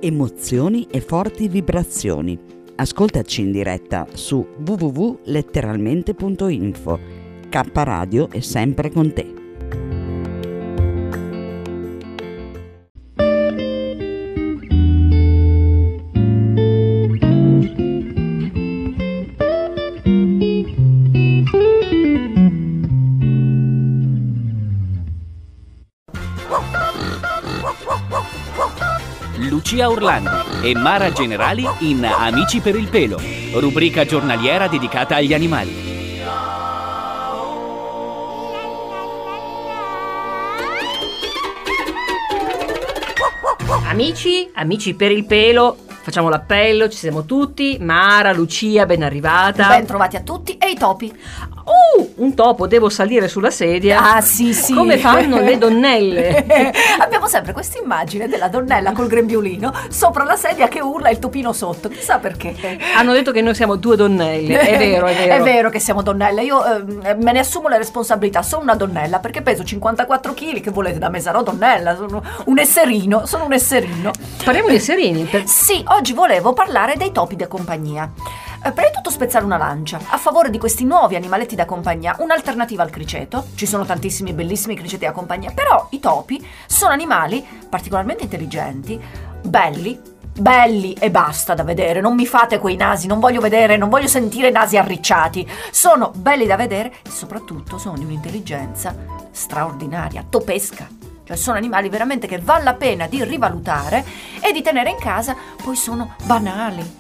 emozioni e forti vibrazioni. Ascoltaci in diretta su www.letteralmente.info. K Radio è sempre con te. Lucia Orlandi e Mara Generali in Amici per il pelo, rubrica giornaliera dedicata agli animali. Amici per il pelo, facciamo l'appello, ci siamo tutti. Mara, Lucia, ben arrivata. Ben trovati a tutti. E i topi? Un topo, devo salire sulla sedia. Ah, sì. Come fanno le donnelle? Abbiamo sempre questa immagine della donnella col grembiulino sopra la sedia che urla e il topino sotto. Chissà perché. Hanno detto che noi siamo due donnelle. È vero. È vero che siamo donnelle. Io me ne assumo la responsabilità. Sono una donnella perché peso 54 kg. Che volete da me? Sarò donnella. Sono un esserino. Parliamo di esserini. Sì, oggi volevo parlare dei topi da compagnia. Prima di tutto spezzare una lancia a favore di questi nuovi animaletti da compagnia, un'alternativa al criceto. Ci sono tantissimi bellissimi criceti da compagnia, però i topi sono animali particolarmente intelligenti, belli e basta da vedere. Non mi fate quei nasi, non voglio sentire nasi arricciati. Sono belli da vedere e soprattutto sono di un'intelligenza straordinaria, topesca. Cioè sono animali veramente che vale la pena di rivalutare e di tenere in casa, poi sono banali.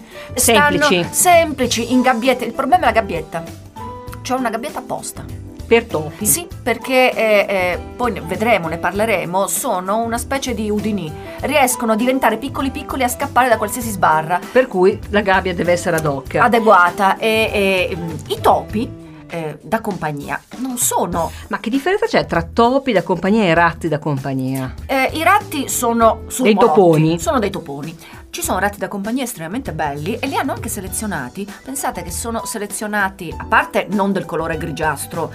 Semplici, in gabbiette. Il problema è la gabbietta. C'ho una gabbietta apposta. Per topi? Sì, perché poi ne parleremo, sono una specie di udinì. Riescono a diventare piccoli a scappare da qualsiasi sbarra. Per cui la gabbia deve essere ad hoc. Adeguata. E i topi da compagnia non sono. Ma che differenza c'è tra topi da compagnia e ratti da compagnia? I ratti sono dei toponi. Sono dei toponi. Ci sono ratti da compagnia estremamente belli e li hanno anche selezionati. Pensate che sono selezionati, a parte non del colore grigiastro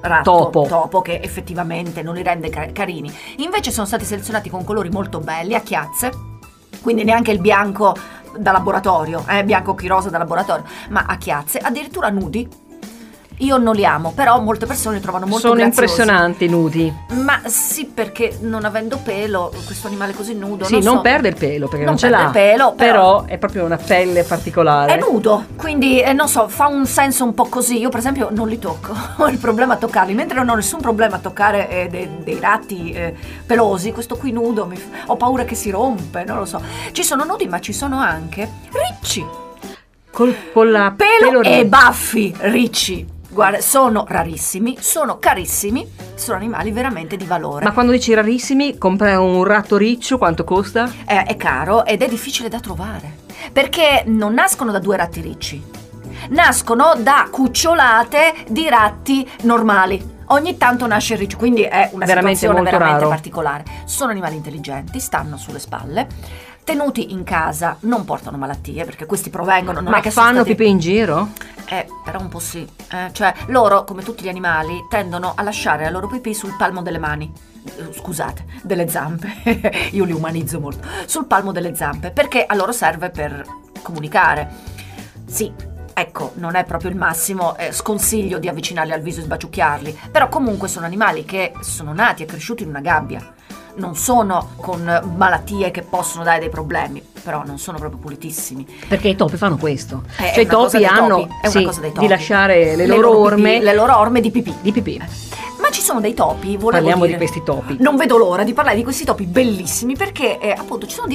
topo che effettivamente non li rende carini, invece sono stati selezionati con colori molto belli, a chiazze, quindi neanche il bianco da laboratorio, bianco chiroso da laboratorio, ma a chiazze, addirittura nudi. Io non li amo, però molte persone li trovano molto graziosi. Sono impressionanti nudi. Ma sì, perché non avendo pelo, questo animale così nudo. Sì, non perde il pelo perché non ce l'ha. Non perde il pelo, però è proprio una pelle particolare. È nudo, quindi non so, fa un senso un po' così. Io per esempio non li tocco, ho il problema a toccarli, mentre non ho nessun problema a toccare dei ratti pelosi. Questo qui nudo, ho paura che si rompe, non lo so. Ci sono nudi, ma ci sono anche ricci. Con la pelo e baffi ricci. Guarda, sono rarissimi, sono carissimi, sono animali veramente di valore. Ma quando dici rarissimi, compri un ratto riccio, quanto costa? È caro ed è difficile da trovare, perché non nascono da due ratti ricci, nascono da cucciolate di ratti normali. Ogni tanto nasce il riccio, quindi è una situazione veramente particolare. Sono animali intelligenti, stanno sulle spalle, tenuti in casa, non portano malattie, perché questi provengono. Ma che fanno pipì in giro? Però un po' sì. Cioè, loro, come tutti gli animali, tendono a lasciare la loro pipì sul palmo delle mani. Scusate, delle zampe. Io li umanizzo molto. Sul palmo delle zampe, perché a loro serve per comunicare. Sì, ecco, non è proprio il massimo, sconsiglio di avvicinarli al viso e sbaciucchiarli, però comunque sono animali che sono nati e cresciuti in una gabbia. Non sono con malattie che possono dare dei problemi, però non sono proprio pulitissimi. Perché i topi fanno questo. Cioè i topi hanno di lasciare le loro orme di pipì. Ma ci sono dei topi, Parliamo di questi topi. Non vedo l'ora di parlare di questi topi bellissimi, perché appunto ci sono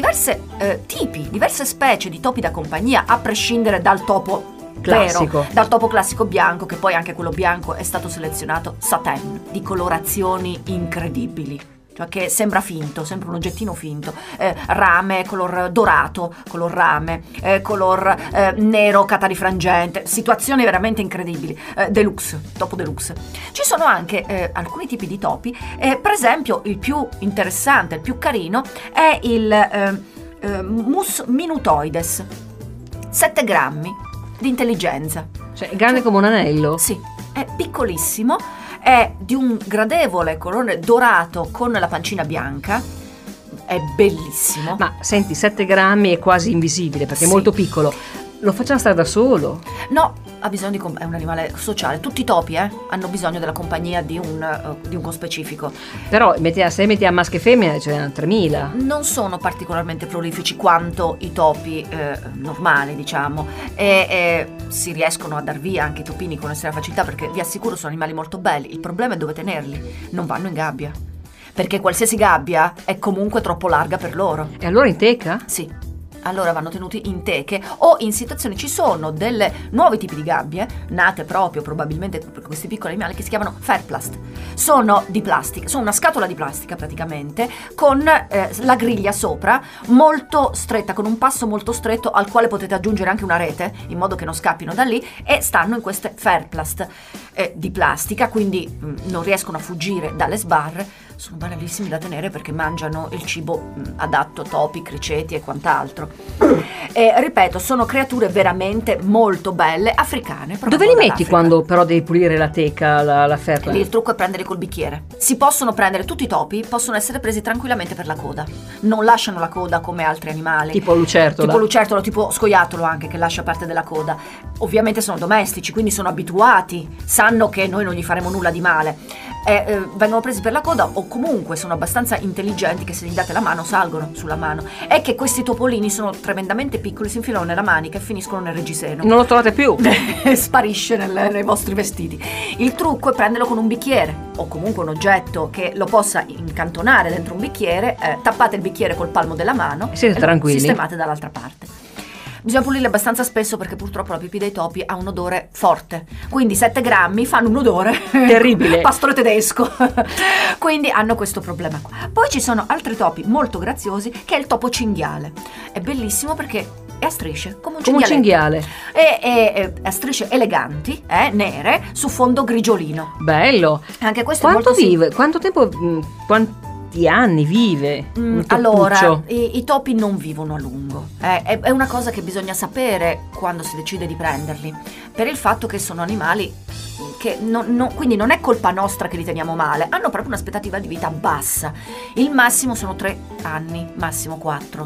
diverse specie di topi da compagnia, a prescindere dal topo classico. Dal topo classico bianco, che poi anche quello bianco è stato selezionato satin, di colorazioni incredibili. Cioè che sembra finto, sembra un oggettino finto, rame, color dorato, color rame, color nero catarifrangente, situazioni veramente incredibili, topo deluxe. Ci sono anche alcuni tipi di topi, per esempio il più interessante, il più carino è il Mus minutoides, 7 grammi di intelligenza. Cioè è grande come un anello? Sì, è piccolissimo. È di un gradevole colore dorato con la pancina bianca, è bellissimo. Ma senti, 7 grammi è quasi invisibile perché è molto piccolo. Lo facciamo stare da solo? No, ha bisogno è un animale sociale. Tutti i topi hanno bisogno della compagnia di un conspecifico. Però se metti a maschio e femmina ce ne hanno 3000. Non sono particolarmente prolifici quanto i topi normali, diciamo, e si riescono a dar via anche i topini con estrema facilità, perché vi assicuro sono animali molto belli. Il problema è dove tenerli. Non vanno in gabbia, perché qualsiasi gabbia è comunque troppo larga per loro. E allora in teca? Sì. Allora vanno tenuti in teche o in situazioni, ci sono delle nuovi tipi di gabbie nate proprio probabilmente per questi piccoli animali che si chiamano Fairplast. Sono di plastica, sono una scatola di plastica praticamente con la griglia sopra molto stretta, con un passo molto stretto al quale potete aggiungere anche una rete in modo che non scappino da lì, e stanno in queste Fairplast di plastica, quindi non riescono a fuggire dalle sbarre. Sono banalissimi da tenere perché mangiano il cibo adatto, topi, criceti e quant'altro. E ripeto, sono creature veramente molto belle, africane. Dove li metti quando però devi pulire la teca, la ferra? Lì il trucco è prenderli col bicchiere. Si possono prendere, tutti i topi possono essere presi tranquillamente per la coda. Non lasciano la coda come altri animali. Tipo lucertola. Tipo lucertola, tipo scoiattolo anche, che lascia parte della coda. Ovviamente sono domestici, quindi sono abituati, sanno che noi non gli faremo nulla di male. Vengono presi per la coda, o comunque sono abbastanza intelligenti che se gli date la mano salgono sulla mano. È che questi topolini sono tremendamente piccoli, si infilano nella manica e finiscono nel reggiseno. Non lo trovate più. Sparisce nei vostri vestiti. Il trucco è prenderlo con un bicchiere o comunque un oggetto che lo possa incantonare dentro un bicchiere, tappate il bicchiere col palmo della mano e siete tranquilli, sistemate dall'altra parte. Bisogna pulirli abbastanza spesso perché purtroppo la pipì dei topi ha un odore forte, quindi 7 grammi fanno un odore terribile, pastore tedesco. Quindi hanno questo problema qua. Poi ci sono altri topi molto graziosi, che è il topo cinghiale. È bellissimo perché è a strisce, come un cinghiale. E a strisce eleganti, nere, su fondo grigiolino. Bello. Anche questo quanto è molto vive? Quanto tempo? Quanti anni vive? Allora, i topi non vivono a lungo. È una cosa che bisogna sapere quando si decide di prenderli, per il fatto che sono animali che quindi non è colpa nostra che li teniamo male, hanno proprio un'aspettativa di vita bassa. Il massimo sono 3 anni, massimo 4.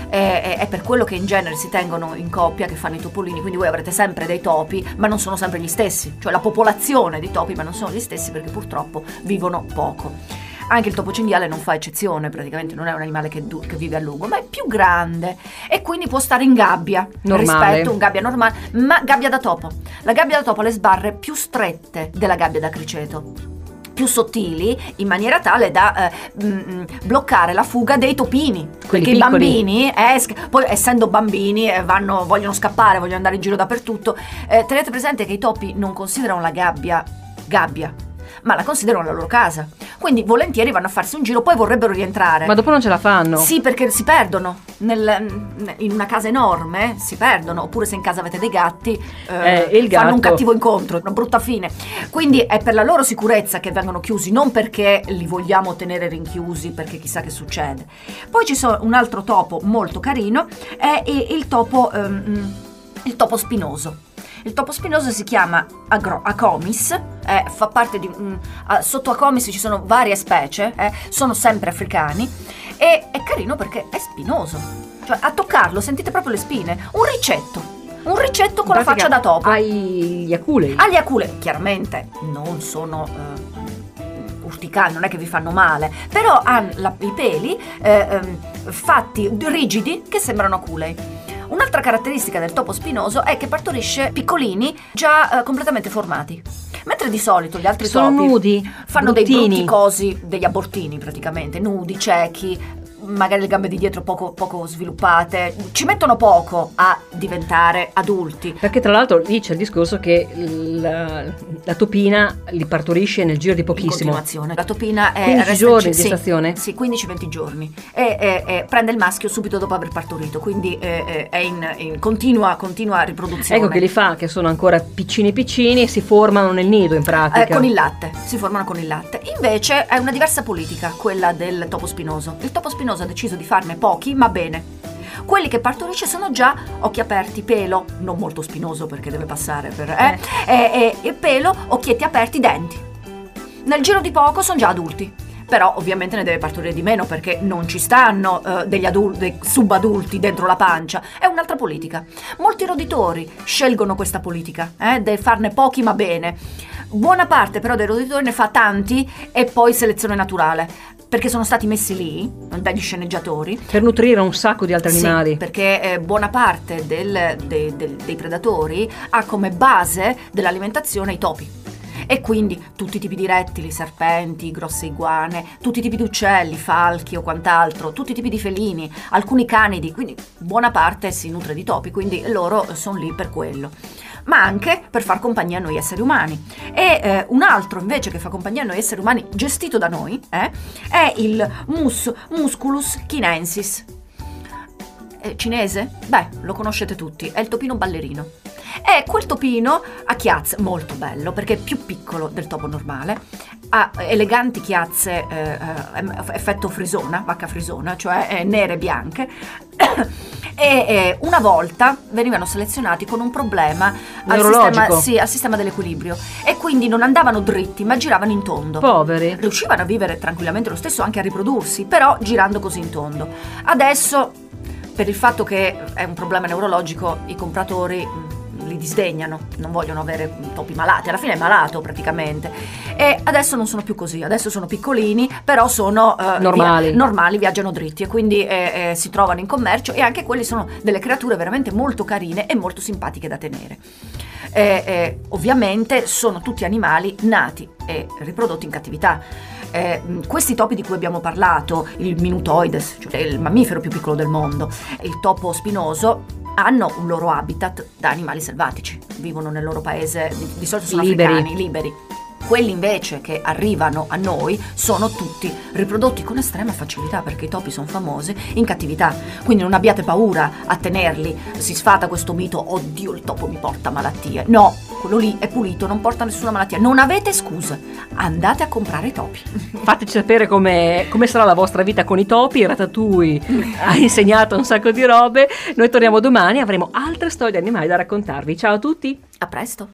È per quello che in genere si tengono in coppia, che fanno i topolini, quindi voi avrete sempre dei topi, ma non sono sempre gli stessi, cioè la popolazione di topi, ma non sono gli stessi perché purtroppo vivono poco. Anche il topo cinghiale non fa eccezione, praticamente non è un animale che vive a lungo, ma è più grande e quindi può stare in gabbia normale, rispetto a un gabbia normale, ma gabbia da topo. La gabbia da topo ha le sbarre più strette della gabbia da criceto, più sottili, in maniera tale da bloccare la fuga dei topini. Quelli perché piccoli. I bambini, poi essendo bambini, vogliono scappare, vogliono andare in giro dappertutto. Tenete presente che i topi non considerano la gabbia, ma la considerano la loro casa, quindi volentieri vanno a farsi un giro, poi vorrebbero rientrare, ma dopo non ce la fanno. Sì, perché si perdono in una casa enorme, si perdono. Oppure se in casa avete dei gatti, il gatto fanno un cattivo incontro, una brutta fine. Quindi è per la loro sicurezza che vengono chiusi, non perché li vogliamo tenere rinchiusi, perché chissà che succede. Poi ci sono un altro topo molto carino, è il topo spinoso. Il topo spinoso si chiama Acomis, fa parte di sotto Acomis ci sono varie specie, sono sempre africani, e è carino perché è spinoso, cioè a toccarlo sentite proprio le spine, un ricetto con la faccia da topo. Agli aculei. Agli aculei, chiaramente non sono urticali, non è che vi fanno male, però hanno i peli fatti rigidi che sembrano aculei. Un'altra caratteristica del topo spinoso è che partorisce piccolini già completamente formati, mentre di solito gli altri sono topi nudi, fanno bruttini, dei brutti cosi, degli abortini praticamente, nudi, ciechi, magari le gambe di dietro poco sviluppate, ci mettono poco a diventare adulti. Perché tra l'altro lì c'è il discorso che la topina li partorisce nel giro di pochissimo. In continuazione. La topina è 15 giorni di gestazione? Sì, 15-20 giorni. E prende il maschio subito dopo aver partorito, quindi è in continua riproduzione. Ecco che li fa, che sono ancora piccini e si formano nel nido in pratica. Con il latte, si formano con il latte. Invece è una diversa politica quella del topo spinoso. Il topo spinoso ha deciso di farne pochi, ma bene. Quelli che partorisce sono già occhi aperti, pelo, non molto spinoso perché deve passare per pelo, occhietti aperti, denti. Nel giro di poco sono già adulti. però ovviamente ne deve partorire di meno perché non ci stanno dei subadulti dentro la pancia. È un'altra politica. Molti roditori scelgono questa politica, di farne pochi ma bene. Buona parte però dei roditori ne fa tanti e poi selezione naturale, perché sono stati messi lì dagli sceneggiatori per nutrire un sacco di altri animali. Sì, perché buona parte dei predatori ha come base dell'alimentazione i topi. E quindi tutti i tipi di rettili, serpenti, grosse iguane, tutti i tipi di uccelli, falchi o quant'altro, tutti i tipi di felini, alcuni canidi, quindi buona parte si nutre di topi, quindi loro sono lì per quello. Ma anche per far compagnia a noi esseri umani. E un altro invece che fa compagnia a noi esseri umani, gestito da noi, è il Musculus chinensis. Cinese? Beh, lo conoscete tutti, è il topino ballerino. È quel topino a chiazze, molto bello perché è più piccolo del topo normale, ha eleganti chiazze effetto frisona, vacca frisona, cioè nere e bianche. E una volta venivano selezionati con un problema al sistema dell'equilibrio e quindi non andavano dritti ma giravano in tondo. Poveri. Riuscivano a vivere tranquillamente lo stesso, anche a riprodursi, però girando così in tondo. Adesso, per il fatto che è un problema neurologico, i compratori li disdegnano, non vogliono avere topi malati, alla fine è malato praticamente, e adesso non sono più così, adesso sono piccolini però sono normali, viaggiano dritti e quindi si trovano in commercio, e anche quelli sono delle creature veramente molto carine e molto simpatiche da tenere. Ovviamente sono tutti animali nati e riprodotti in cattività. Questi topi di cui abbiamo parlato, il Minutoides, cioè il mammifero più piccolo del mondo, il topo spinoso, hanno un loro habitat da animali selvatici, vivono nel loro paese, di solito sono africani, liberi. Quelli invece che arrivano a noi sono tutti riprodotti con estrema facilità, perché i topi sono famosi in cattività, quindi non abbiate paura a tenerli. Si sfata questo mito, oddio il topo mi porta malattie. No, quello lì è pulito, non porta nessuna malattia, non avete scuse, andate a comprare i topi. Fateci sapere come sarà la vostra vita con i topi. Ratatouille ha insegnato un sacco di robe. Noi torniamo domani, avremo altre storie di animali da raccontarvi. Ciao a tutti, a presto.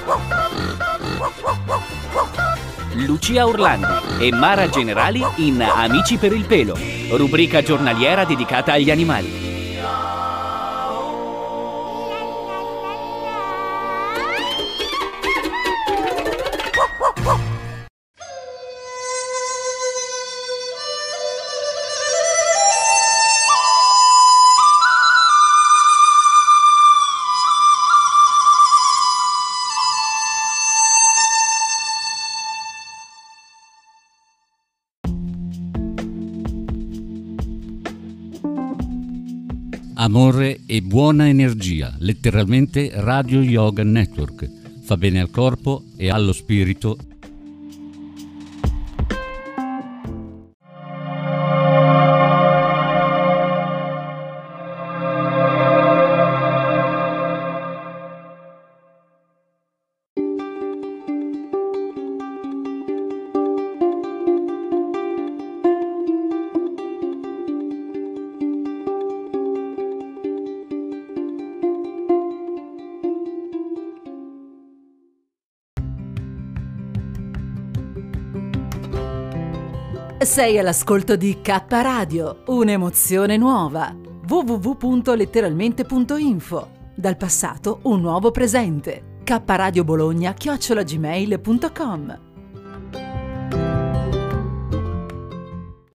Lucia Orlandi e Mara Generali in Amici per il pelo, rubrica giornaliera dedicata agli animali. Amore e buona energia, letteralmente Radio Yoga Network. Fa bene al corpo e allo spirito. Sei all'ascolto di K Radio, un'emozione nuova. www.letteralmente.info. Dal passato un nuovo presente. kradiobologna@gmail.com